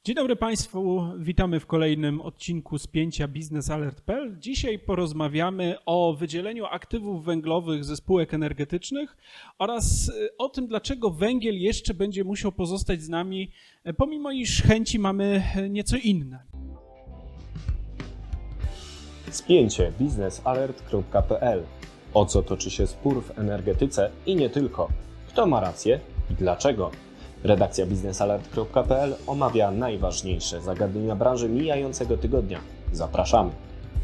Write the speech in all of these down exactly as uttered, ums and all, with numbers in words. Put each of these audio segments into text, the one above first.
Dzień dobry Państwu, witamy w kolejnym odcinku Spięcia Biznes Alert kropka pe el. Dzisiaj porozmawiamy o wydzieleniu aktywów węglowych ze spółek energetycznych oraz o tym, dlaczego węgiel jeszcze będzie musiał pozostać z nami, pomimo iż chęci mamy nieco inne. Spięcie Biznes Alert kropka pe el. O co toczy się spór w energetyce i nie tylko? Kto ma rację i dlaczego? Redakcja Biznes Alert kropka pe el omawia najważniejsze zagadnienia branży mijającego tygodnia. Zapraszamy!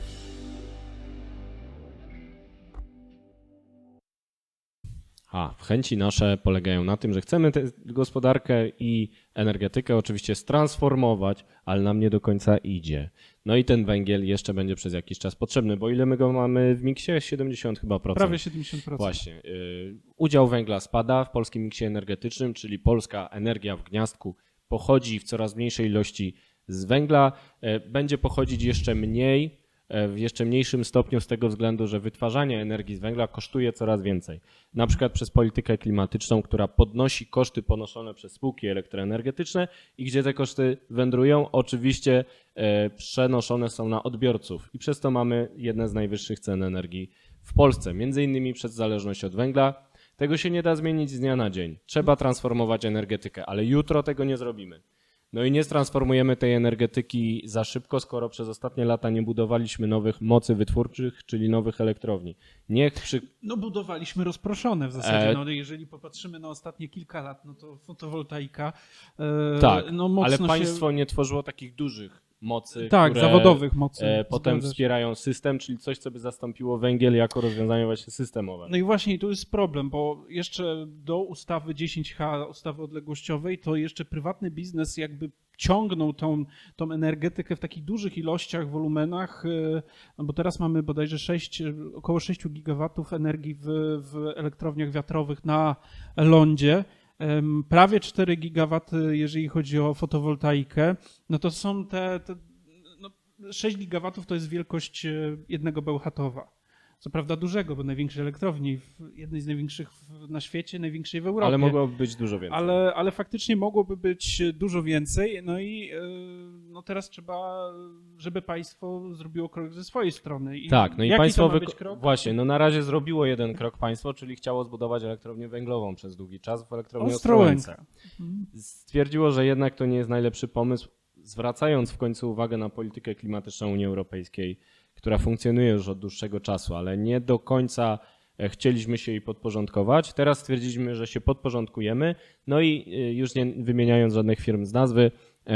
A chęci nasze polegają na tym, że chcemy tę gospodarkę i energetykę oczywiście transformować, ale nam nie do końca idzie. No i ten węgiel jeszcze będzie przez jakiś czas potrzebny, bo ile my go mamy w miksie? siedemdziesiąt chyba procent. Prawie siedemdziesiąt procent. Właśnie. Yy, udział węgla spada w polskim miksie energetycznym, czyli polska energia w gniazdku pochodzi w coraz mniejszej ilości z węgla. Yy, będzie pochodzić jeszcze mniej, w jeszcze mniejszym stopniu z tego względu, że wytwarzanie energii z węgla kosztuje coraz więcej. Na przykład przez politykę klimatyczną, która podnosi koszty ponoszone przez spółki elektroenergetyczne i gdzie te koszty wędrują, oczywiście przenoszone są na odbiorców i przez to mamy jedne z najwyższych cen energii w Polsce, między innymi przez zależność od węgla. Tego się nie da zmienić z dnia na dzień. Trzeba transformować energetykę, ale jutro tego nie zrobimy. No i nie transformujemy tej energetyki za szybko, skoro przez ostatnie lata nie budowaliśmy nowych mocy wytwórczych, czyli nowych elektrowni. Niech przy... No budowaliśmy rozproszone w zasadzie. No, jeżeli popatrzymy na ostatnie kilka lat, no to fotowoltaika e, tak, no mocno ale się... państwo nie tworzyło takich dużych mocy, tak, które zawodowych mocy. E, potem wspierają system, czyli coś, co by zastąpiło węgiel jako rozwiązanie właśnie systemowe. No i właśnie tu jest problem, bo jeszcze do ustawy dziesięć H, ustawy odległościowej, to jeszcze prywatny biznes jakby ciągnął tą, tą energetykę w takich dużych ilościach, wolumenach, no bo teraz mamy bodajże sześć, około sześć gigawatów energii w, w elektrowniach wiatrowych na lądzie. Prawie cztery gigawaty, jeżeli chodzi o fotowoltaikę, no to są te, te no sześć gigawatów to jest wielkość jednego Bełchatowa. Co prawda dużego, bo największej elektrowni, jednej z największych na świecie, największej w Europie. Ale mogłoby być dużo więcej. Ale, ale faktycznie mogłoby być dużo więcej. No i no teraz trzeba, żeby państwo zrobiło krok ze swojej strony. I tak, no i jaki państwo to ma wyko- być krok? Właśnie, no na razie zrobiło jeden krok państwo, czyli chciało zbudować elektrownię węglową przez długi czas w elektrowni Ostrołęka. Ostrołęce. Stwierdziło, że jednak to nie jest najlepszy pomysł, zwracając w końcu uwagę na politykę klimatyczną Unii Europejskiej, która funkcjonuje już od dłuższego czasu, ale nie do końca chcieliśmy się jej podporządkować. Teraz stwierdziliśmy, że się podporządkujemy, no i już nie wymieniając żadnych firm z nazwy,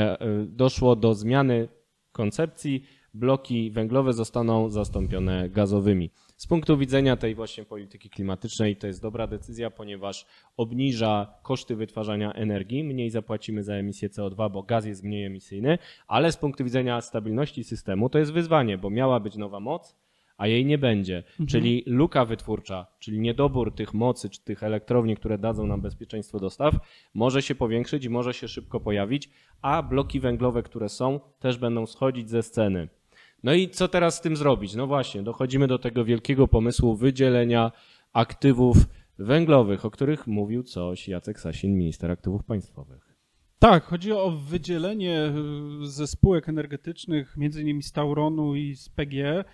doszło do zmiany koncepcji. Bloki węglowe zostaną zastąpione gazowymi. Z punktu widzenia tej właśnie polityki klimatycznej to jest dobra decyzja, ponieważ obniża koszty wytwarzania energii, mniej zapłacimy za emisję C O dwa, bo gaz jest mniej emisyjny, ale z punktu widzenia stabilności systemu to jest wyzwanie, bo miała być nowa moc, a jej nie będzie. Mhm. Czyli luka wytwórcza, czyli niedobór tych mocy, czy tych elektrowni, które dadzą nam bezpieczeństwo dostaw, może się powiększyć i może się szybko pojawić, a bloki węglowe, które są, też będą schodzić ze sceny. No i co teraz z tym zrobić? No właśnie, dochodzimy do tego wielkiego pomysłu wydzielenia aktywów węglowych, o których mówił coś Jacek Sasin, minister aktywów państwowych. Tak, chodzi o wydzielenie ze spółek energetycznych, między innymi z Tauronu i z P G E,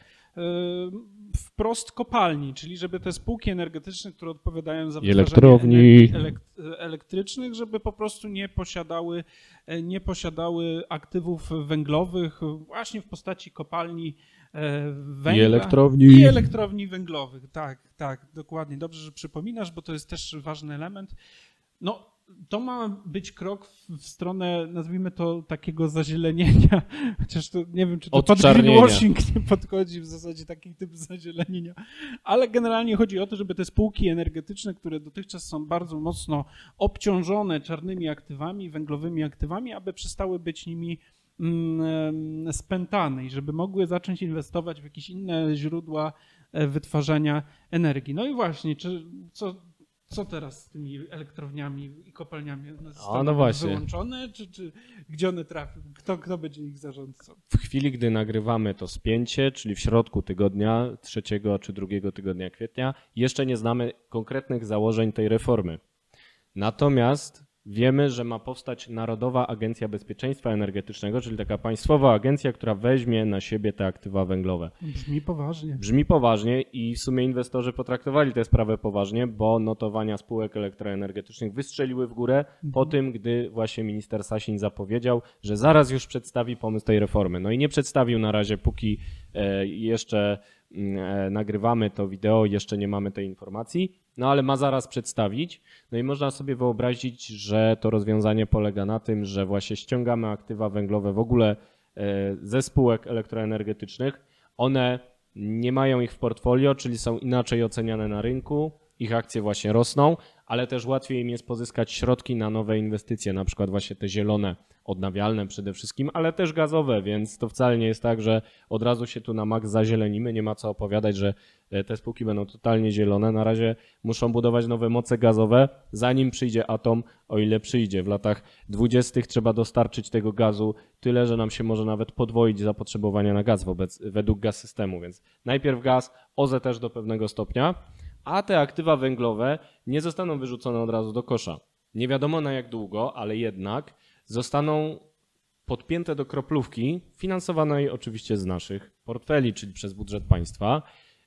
wprost kopalni, czyli żeby te spółki energetyczne, które odpowiadają za elektrowni energii elektrycznych, żeby po prostu nie posiadały, nie posiadały aktywów węglowych właśnie w postaci kopalni węgla i elektrowni. i elektrowni węglowych. Tak, tak, dokładnie. Dobrze, że przypominasz, bo to jest też ważny element. No, to ma być krok w stronę, nazwijmy to, takiego zazielenienia, chociaż to nie wiem, czy to pod greenwashing nie podchodzi w zasadzie taki typ zazielenienia, ale generalnie chodzi o to, żeby te spółki energetyczne, które dotychczas są bardzo mocno obciążone czarnymi aktywami, węglowymi aktywami, aby przestały być nimi mm, spętane i żeby mogły zacząć inwestować w jakieś inne źródła wytwarzania energii. No i właśnie, czy co... Co teraz z tymi elektrowniami i kopalniami? One no właśnie. Wyłączone, czy, czy gdzie one trafią? Kto, kto będzie ich zarządcą? W chwili, gdy nagrywamy to spięcie, czyli w środku tygodnia, trzeciego czy drugiego tygodnia kwietnia, jeszcze nie znamy konkretnych założeń tej reformy. Natomiast wiemy, że ma powstać Narodowa Agencja Bezpieczeństwa Energetycznego, czyli taka państwowa agencja, która weźmie na siebie te aktywa węglowe. Brzmi poważnie. Brzmi poważnie i w sumie inwestorzy potraktowali tę sprawę poważnie, bo notowania spółek elektroenergetycznych wystrzeliły w górę mhm. po tym, gdy właśnie minister Sasin zapowiedział, że zaraz już przedstawi pomysł tej reformy. No i nie przedstawił na razie, póki jeszcze nagrywamy to wideo, jeszcze nie mamy tej informacji, no ale ma zaraz przedstawić. No i można sobie wyobrazić, że to rozwiązanie polega na tym, że właśnie ściągamy aktywa węglowe w ogóle ze spółek elektroenergetycznych. One nie mają ich w portfolio, czyli są inaczej oceniane na rynku, ich akcje właśnie rosną, ale też łatwiej im jest pozyskać środki na nowe inwestycje, na przykład właśnie te zielone, odnawialne przede wszystkim, ale też gazowe, więc to wcale nie jest tak, że od razu się tu na maks zazielenimy, nie ma co opowiadać, że te spółki będą totalnie zielone. Na razie muszą budować nowe moce gazowe, zanim przyjdzie atom, o ile przyjdzie. W latach dwudziestych trzeba dostarczyć tego gazu tyle, że nam się może nawet podwoić zapotrzebowanie na gaz wobec, według gaz systemu, więc najpierw gaz, O Z E też do pewnego stopnia, a te aktywa węglowe nie zostaną wyrzucone od razu do kosza. Nie wiadomo na jak długo, ale jednak zostaną podpięte do kroplówki, finansowanej oczywiście z naszych portfeli, czyli przez budżet państwa.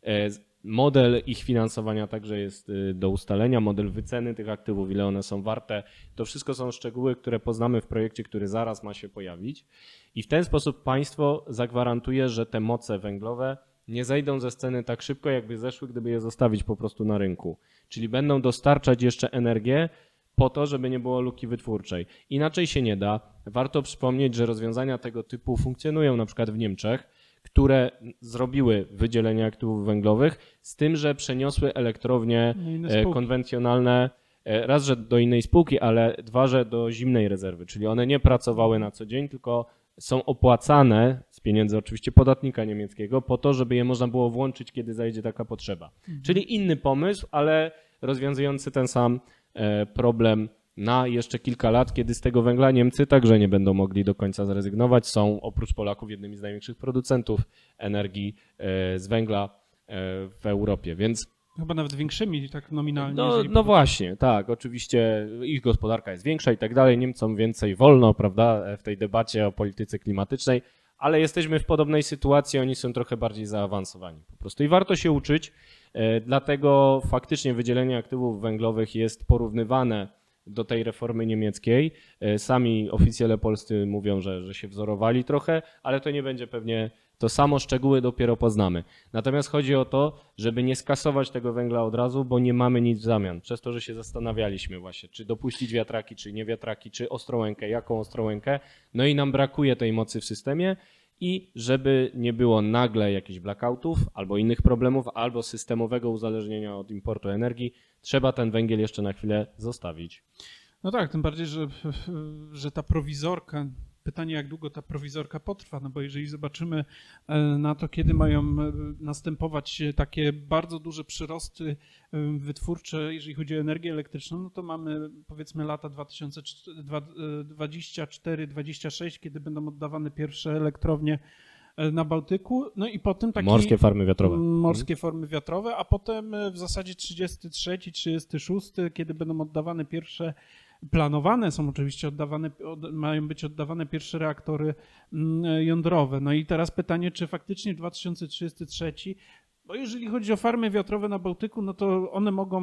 Model ich finansowania także jest do ustalenia, model wyceny tych aktywów, ile one są warte. To wszystko są szczegóły, które poznamy w projekcie, który zaraz ma się pojawić. I w ten sposób państwo zagwarantuje, że te moce węglowe nie zejdą ze sceny tak szybko, jakby zeszły, gdyby je zostawić po prostu na rynku. Czyli będą dostarczać jeszcze energię po to, żeby nie było luki wytwórczej. Inaczej się nie da. Warto przypomnieć, że rozwiązania tego typu funkcjonują na przykład w Niemczech, które zrobiły wydzielenie aktywów węglowych z tym, że przeniosły elektrownie konwencjonalne raz, że do innej spółki, ale dwa, że do zimnej rezerwy, czyli one nie pracowały na co dzień, tylko są opłacane z pieniędzy oczywiście podatnika niemieckiego po to, żeby je można było włączyć, kiedy zajdzie taka potrzeba. Mhm. Czyli inny pomysł, ale rozwiązujący ten sam problem na jeszcze kilka lat, kiedy z tego węgla Niemcy także nie będą mogli do końca zrezygnować. Są oprócz Polaków jednymi z największych producentów energii z węgla w Europie, więc chyba nawet większymi, tak nominalnie. No, no właśnie, tak, oczywiście ich gospodarka jest większa i tak dalej, Niemcom więcej wolno, prawda, w tej debacie o polityce klimatycznej, ale jesteśmy w podobnej sytuacji, oni są trochę bardziej zaawansowani po prostu i warto się uczyć, dlatego faktycznie wydzielenie aktywów węglowych jest porównywane do tej reformy niemieckiej. Sami oficjele polscy mówią, że, że się wzorowali trochę, ale to nie będzie pewnie to samo, szczegóły dopiero poznamy. Natomiast chodzi o to, żeby nie skasować tego węgla od razu, bo nie mamy nic w zamian. Przez to, że się zastanawialiśmy właśnie, czy dopuścić wiatraki, czy nie wiatraki, czy Ostrołękę, jaką Ostrołękę. No i nam brakuje tej mocy w systemie i żeby nie było nagle jakichś blackoutów albo innych problemów, albo systemowego uzależnienia od importu energii, trzeba ten węgiel jeszcze na chwilę zostawić. No tak, tym bardziej, że, że ta prowizorka, pytanie jak długo ta prowizorka potrwa, no bo jeżeli zobaczymy na to, kiedy mają następować takie bardzo duże przyrosty wytwórcze, jeżeli chodzi o energię elektryczną, no to mamy powiedzmy lata dwa tysiące dwudziesty czwarty dwudziesty szósty, kiedy będą oddawane pierwsze elektrownie na Bałtyku, no i potem takie morskie farmy wiatrowe. Morskie farmy wiatrowe, a potem w zasadzie trzydziesty trzeci trzydziesty szósty, kiedy będą oddawane pierwsze, planowane są oczywiście oddawane, od, mają być oddawane pierwsze reaktory jądrowe. No i teraz pytanie, czy faktycznie dwa tysiące trzydziesty trzeci, bo jeżeli chodzi o farmy wiatrowe na Bałtyku, no to one mogą,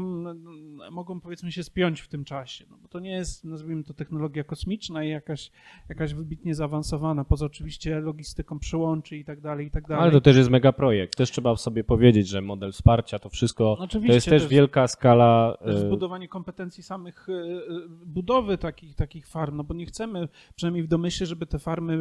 mogą powiedzmy się spiąć w tym czasie, no bo to nie jest, nazwijmy to, technologia kosmiczna i jakaś, jakaś wybitnie zaawansowana, poza oczywiście logistyką przyłączy i tak dalej, i tak dalej. Ale to też jest mega projekt. Też trzeba sobie powiedzieć, że model wsparcia, to wszystko, oczywiście to jest też, też wielka skala. Też zbudowanie kompetencji samych budowy takich, takich farm, no bo nie chcemy, przynajmniej w domyśle, żeby te farmy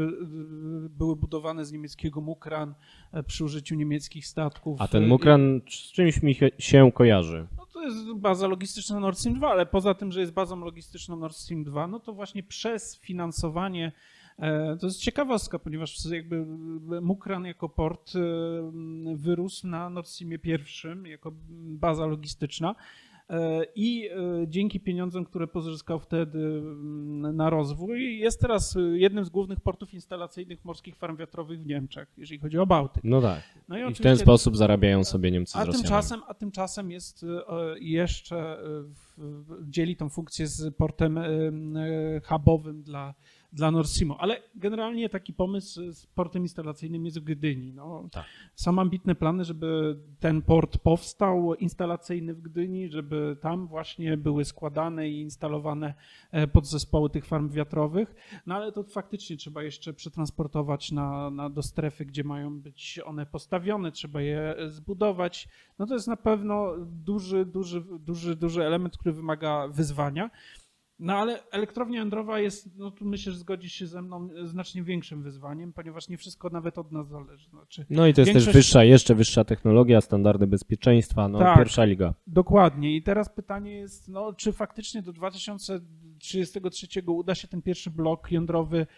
były budowane z niemieckiego Mukran przy użyciu niemieckich statków. A ten Mukran z czymś mi się kojarzy? No to jest baza logistyczna Nord Stream dwa, ale poza tym, że jest bazą logistyczną Nord Stream dwa, no to właśnie przez finansowanie, to jest ciekawostka, ponieważ jakby Mukran jako port wyrósł na Nord Streamie pierwszym, jako baza logistyczna. i dzięki pieniądzom, które pozyskał wtedy na rozwój, jest teraz jednym z głównych portów instalacyjnych morskich farm wiatrowych w Niemczech, jeżeli chodzi o Bałtyk. No tak. No i, i I w ten sposób zarabiają sobie Niemcy a z Rosjanami. tymczasem, a tymczasem jest jeszcze, dzieli tą funkcję z portem hubowym dla, dla Nord Streamu. Ale generalnie taki pomysł z portem instalacyjnym jest w Gdyni. No, tak. Są ambitne plany, żeby ten port powstał instalacyjny w Gdyni, żeby tam właśnie były składane i instalowane podzespoły tych farm wiatrowych. No ale to faktycznie trzeba jeszcze przetransportować na, na, do strefy, gdzie mają być one postawione, trzeba je zbudować. No to jest na pewno duży, duży, duży, duży element, który wymaga wyzwania. No ale elektrownia jądrowa jest, no tu myślę, że zgodzisz się ze mną, znacznie większym wyzwaniem, ponieważ nie wszystko nawet od nas zależy. Znaczy, no i to jest większość... też wyższa, jeszcze wyższa technologia, standardy bezpieczeństwa, no tak, pierwsza liga. Dokładnie i teraz pytanie jest, no czy faktycznie do dwa tysiące trzydziestego trzeciego uda się ten pierwszy blok jądrowy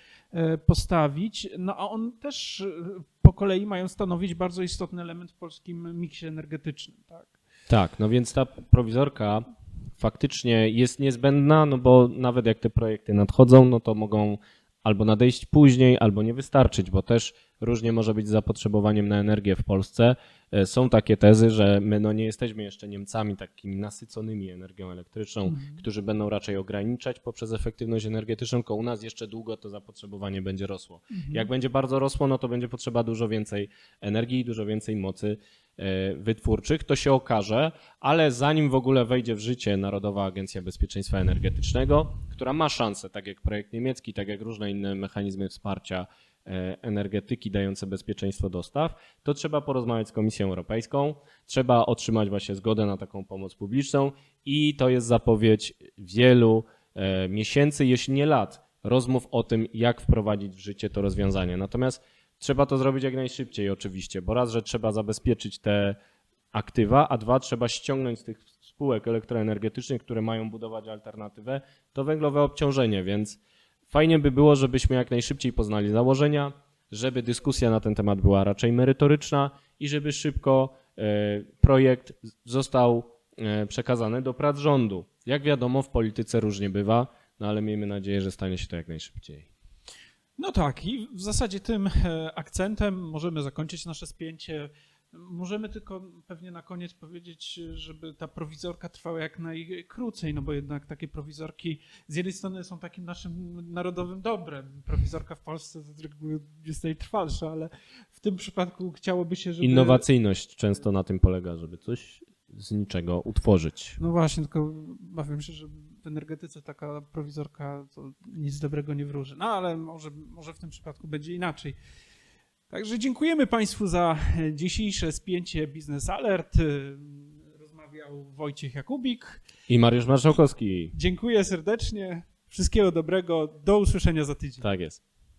postawić, no a on też po kolei mają stanowić bardzo istotny element w polskim miksie energetycznym, tak? Tak, no więc ta prowizorka faktycznie jest niezbędna, no bo nawet jak te projekty nadchodzą, no to mogą albo nadejść później, albo nie wystarczyć, bo też różnie może być z zapotrzebowaniem na energię w Polsce. Są takie tezy, że my no nie jesteśmy jeszcze Niemcami takimi nasyconymi energią elektryczną, mhm. którzy będą raczej ograniczać poprzez efektywność energetyczną, tylko u nas jeszcze długo to zapotrzebowanie będzie rosło. Mhm. Jak będzie bardzo rosło, no to będzie potrzeba dużo więcej energii i dużo więcej mocy wytwórczych, to się okaże, ale zanim w ogóle wejdzie w życie Narodowa Agencja Bezpieczeństwa Energetycznego, która ma szansę, tak jak projekt niemiecki, tak jak różne inne mechanizmy wsparcia energetyki dające bezpieczeństwo dostaw, to trzeba porozmawiać z Komisją Europejską, trzeba otrzymać właśnie zgodę na taką pomoc publiczną i to jest zapowiedź wielu miesięcy, jeśli nie lat, rozmów o tym, jak wprowadzić w życie to rozwiązanie. Natomiast trzeba to zrobić jak najszybciej oczywiście, bo raz, że trzeba zabezpieczyć te aktywa, a dwa, trzeba ściągnąć z tych spółek elektroenergetycznych, które mają budować alternatywę, to węglowe obciążenie, więc fajnie by było, żebyśmy jak najszybciej poznali założenia, żeby dyskusja na ten temat była raczej merytoryczna i żeby szybko projekt został przekazany do prac rządu. Jak wiadomo, w polityce różnie bywa, no ale miejmy nadzieję, że stanie się to jak najszybciej. No tak i w zasadzie tym akcentem możemy zakończyć nasze spięcie. Możemy tylko pewnie na koniec powiedzieć, żeby ta prowizorka trwała jak najkrócej, no bo jednak takie prowizorki z jednej strony są takim naszym narodowym dobrem. Prowizorka w Polsce z reguły jest najtrwalsza, ale w tym przypadku chciałoby się, żeby... Innowacyjność często na tym polega, żeby coś z niczego utworzyć. No właśnie, tylko bawię się, że w energetyce taka prowizorka to nic dobrego nie wróży. No ale może, może w tym przypadku będzie inaczej. Także dziękujemy Państwu za dzisiejsze spięcie Business Alert. Rozmawiał Wojciech Jakubik. I Mariusz Marszałkowski. Dziękuję serdecznie. Wszystkiego dobrego. Do usłyszenia za tydzień. Tak jest.